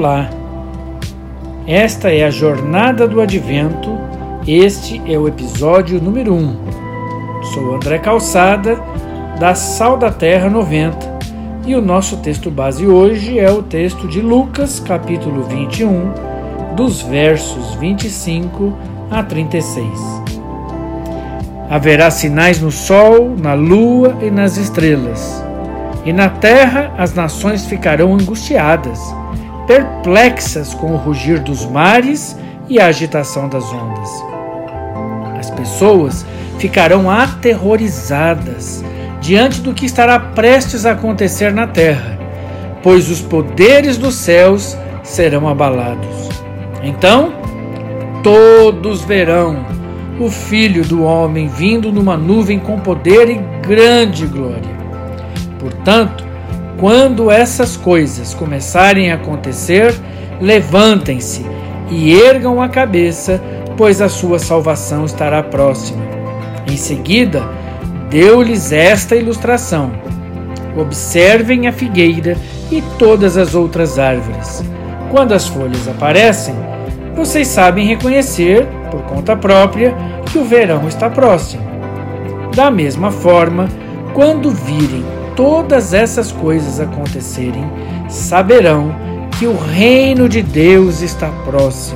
Olá, esta é a Jornada do Advento, este é o episódio número 1. Sou André Calçada, da Sal da Terra 90, e o nosso texto base hoje é o texto de Lucas, capítulo 21, dos versos 25 a 36. Haverá sinais no sol, na lua e nas estrelas, e na terra as nações ficarão angustiadas, perplexas com o rugir dos mares e a agitação das ondas. As pessoas ficarão aterrorizadas diante do que estará prestes a acontecer na terra, pois os poderes dos céus serão abalados. Então, todos verão o Filho do Homem vindo numa nuvem com poder e grande glória. Portanto, quando essas coisas começarem a acontecer, levantem-se e ergam a cabeça, pois a sua salvação estará próxima. Em seguida, deu-lhes esta ilustração: observem a figueira e todas as outras árvores. Quando as folhas aparecem, vocês sabem reconhecer, por conta própria, que o verão está próximo. Da mesma forma, quando virem todas essas coisas acontecerem, saberão que o reino de Deus está próximo.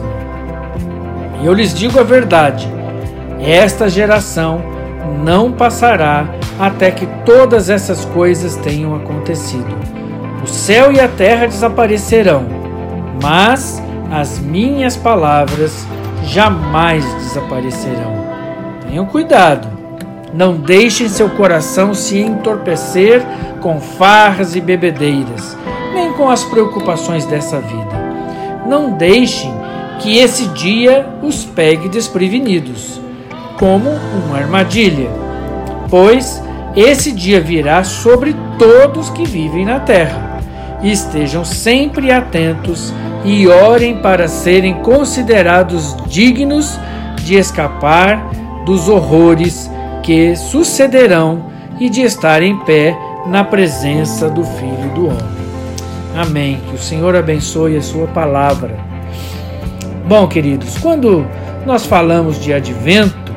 E eu lhes digo a verdade: esta geração não passará até que todas essas coisas tenham acontecido. O céu e a terra desaparecerão, mas as minhas palavras jamais desaparecerão. Tenham cuidado. Não deixem seu coração se entorpecer com farras e bebedeiras, nem com as preocupações dessa vida. Não deixem que esse dia os pegue desprevenidos, como uma armadilha, pois esse dia virá sobre todos que vivem na terra. E estejam sempre atentos e orem para serem considerados dignos de escapar dos horrores que sucederão e de estar em pé na presença do Filho do Homem. Amém. Que o Senhor abençoe a sua palavra. Bom, queridos, quando nós falamos de advento,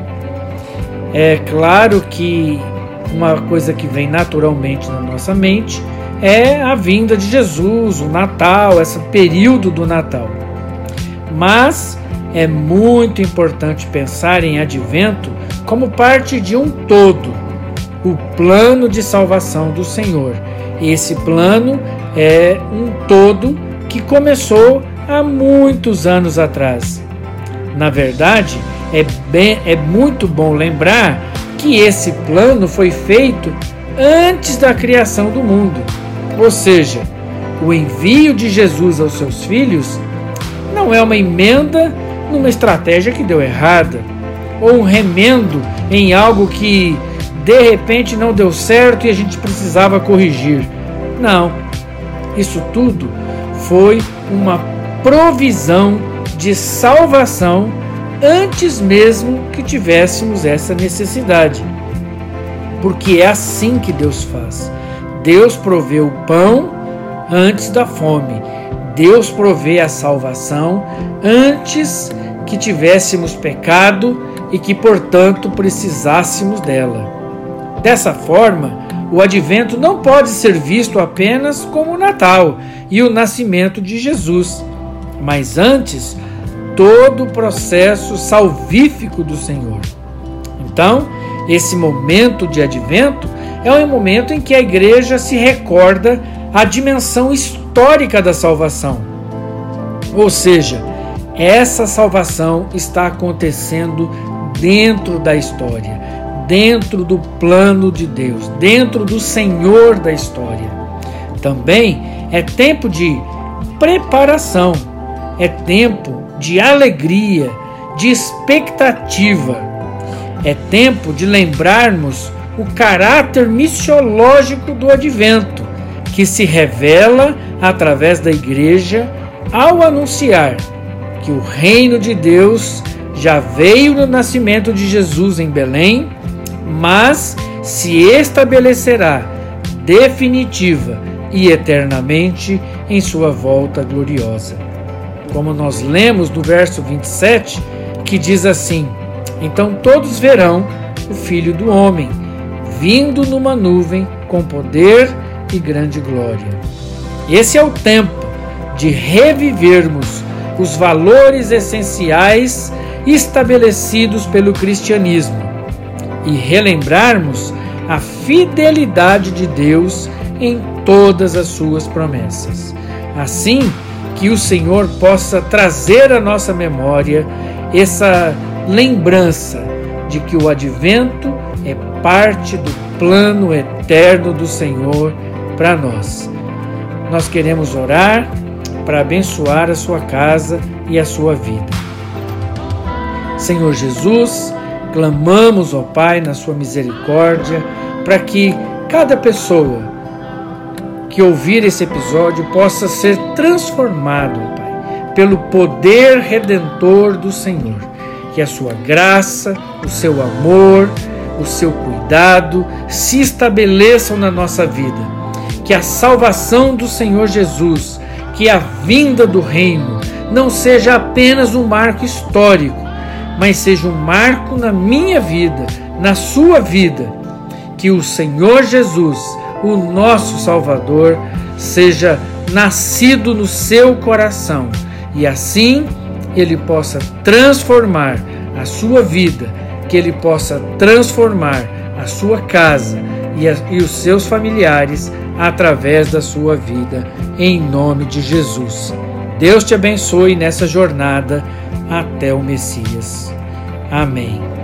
é claro que uma coisa que vem naturalmente na nossa mente é a vinda de Jesus, o Natal, esse período do Natal. Mas é muito importante pensar em advento como parte de um todo, o plano de salvação do Senhor. Esse plano é um todo que começou há muitos anos atrás. Na verdade, é muito bom lembrar que esse plano foi feito antes da criação do mundo. Ou seja, o envio de Jesus aos seus filhos não é uma emenda numa estratégia que deu errada, ou um remendo em algo que de repente não deu certo e a gente precisava corrigir. Não, isso tudo foi uma provisão de salvação antes mesmo que tivéssemos essa necessidade. Porque é assim que Deus faz. Deus provê o pão antes da fome. Deus provê a salvação antes que tivéssemos pecado e que, portanto, precisássemos dela. Dessa forma, o advento não pode ser visto apenas como o Natal e o nascimento de Jesus, mas antes, todo o processo salvífico do Senhor. Então, esse momento de advento é um momento em que a igreja se recorda a dimensão histórica da salvação. Ou seja, essa salvação está acontecendo dentro da história, dentro do plano de Deus, dentro do Senhor da história. Também é tempo de preparação, é tempo de alegria, de expectativa. É tempo de lembrarmos o caráter missiológico do advento, que se revela através da igreja ao anunciar que o reino de Deus já veio no nascimento de Jesus em Belém, mas se estabelecerá definitiva e eternamente em sua volta gloriosa. Como nós lemos no verso 27, que diz assim: então todos verão o Filho do Homem, vindo numa nuvem com poder e grande glória. Esse é o tempo de revivermos os valores essenciais estabelecidos pelo cristianismo e relembrarmos a fidelidade de Deus em todas as suas promessas. Assim que o Senhor possa trazer à nossa memória essa lembrança de que o advento é parte do plano eterno do Senhor para nós. Nós queremos orar para abençoar a sua casa e a sua vida. Senhor Jesus, clamamos, ó Pai, na sua misericórdia, para que cada pessoa que ouvir esse episódio possa ser transformado, ó Pai, pelo poder redentor do Senhor. Que a sua graça, o seu amor, o seu cuidado se estabeleçam na nossa vida. Que a salvação do Senhor Jesus, que a vinda do reino, não seja apenas um marco histórico, mas seja um marco na minha vida, na sua vida. Que o Senhor Jesus, o nosso Salvador, seja nascido no seu coração e assim Ele possa transformar a sua vida, que Ele possa transformar a sua casa e os seus familiares através da sua vida, em nome de Jesus. Deus te abençoe nessa jornada até o Messias. Amém.